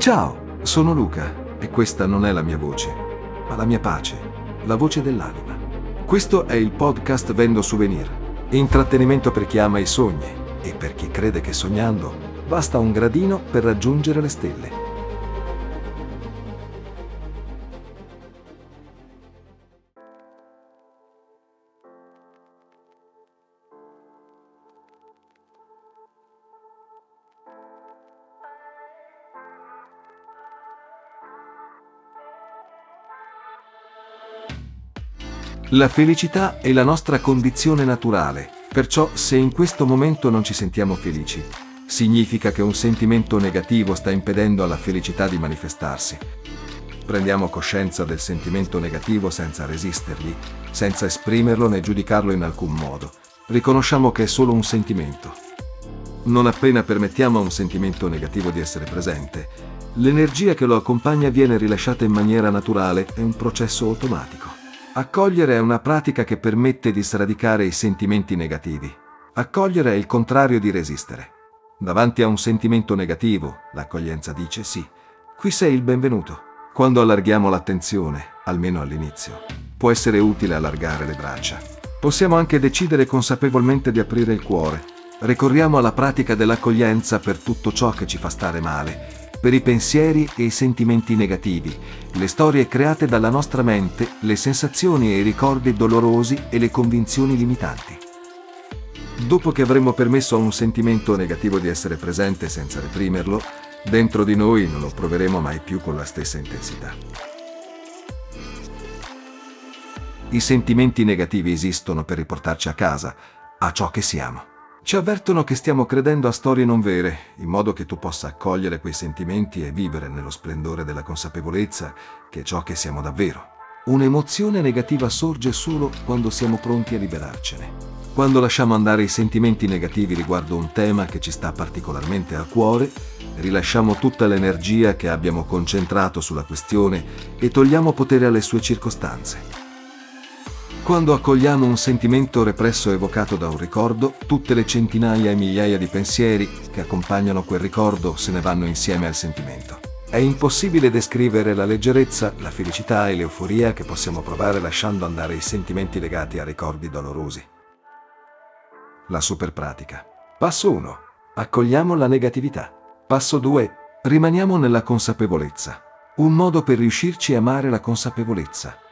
Ciao, sono Luca e questa non è la mia voce, ma la mia pace, la voce dell'anima. Questo è il podcast Vendo Souvenir, intrattenimento per chi ama i sogni e per chi crede che sognando basta un gradino per raggiungere le stelle. La felicità è la nostra condizione naturale, perciò se in questo momento non ci sentiamo felici, significa che un sentimento negativo sta impedendo alla felicità di manifestarsi. Prendiamo coscienza del sentimento negativo senza resistergli, senza esprimerlo né giudicarlo in alcun modo. Riconosciamo che è solo un sentimento. Non appena permettiamo a un sentimento negativo di essere presente, l'energia che lo accompagna viene rilasciata in maniera naturale, è un processo automatico. Accogliere è una pratica che permette di sradicare i sentimenti negativi. Accogliere è il contrario di resistere. Davanti a un sentimento negativo, l'accoglienza dice sì, qui sei il benvenuto. Quando allarghiamo l'attenzione, almeno all'inizio, può essere utile allargare le braccia. Possiamo anche decidere consapevolmente di aprire il cuore. Ricorriamo alla pratica dell'accoglienza per tutto ciò che ci fa stare male, per i pensieri e i sentimenti negativi, le storie create dalla nostra mente, le sensazioni e i ricordi dolorosi e le convinzioni limitanti. Dopo che avremo permesso a un sentimento negativo di essere presente senza reprimerlo, dentro di noi non lo proveremo mai più con la stessa intensità. I sentimenti negativi esistono per riportarci a casa, a ciò che siamo. Ci avvertono che stiamo credendo a storie non vere, in modo che tu possa accogliere quei sentimenti e vivere nello splendore della consapevolezza che è ciò che siamo davvero. Un'emozione negativa sorge solo quando siamo pronti a liberarcene. Quando lasciamo andare i sentimenti negativi riguardo un tema che ci sta particolarmente a cuore, rilasciamo tutta l'energia che abbiamo concentrato sulla questione e togliamo potere alle sue circostanze. Quando accogliamo un sentimento represso evocato da un ricordo, tutte le centinaia e migliaia di pensieri che accompagnano quel ricordo se ne vanno insieme al sentimento. È impossibile descrivere la leggerezza, la felicità e l'euforia che possiamo provare lasciando andare i sentimenti legati a ricordi dolorosi. La super pratica. Passo 1. Accogliamo la negatività. Passo 2. Rimaniamo nella consapevolezza. Un modo per riuscirci è amare la consapevolezza.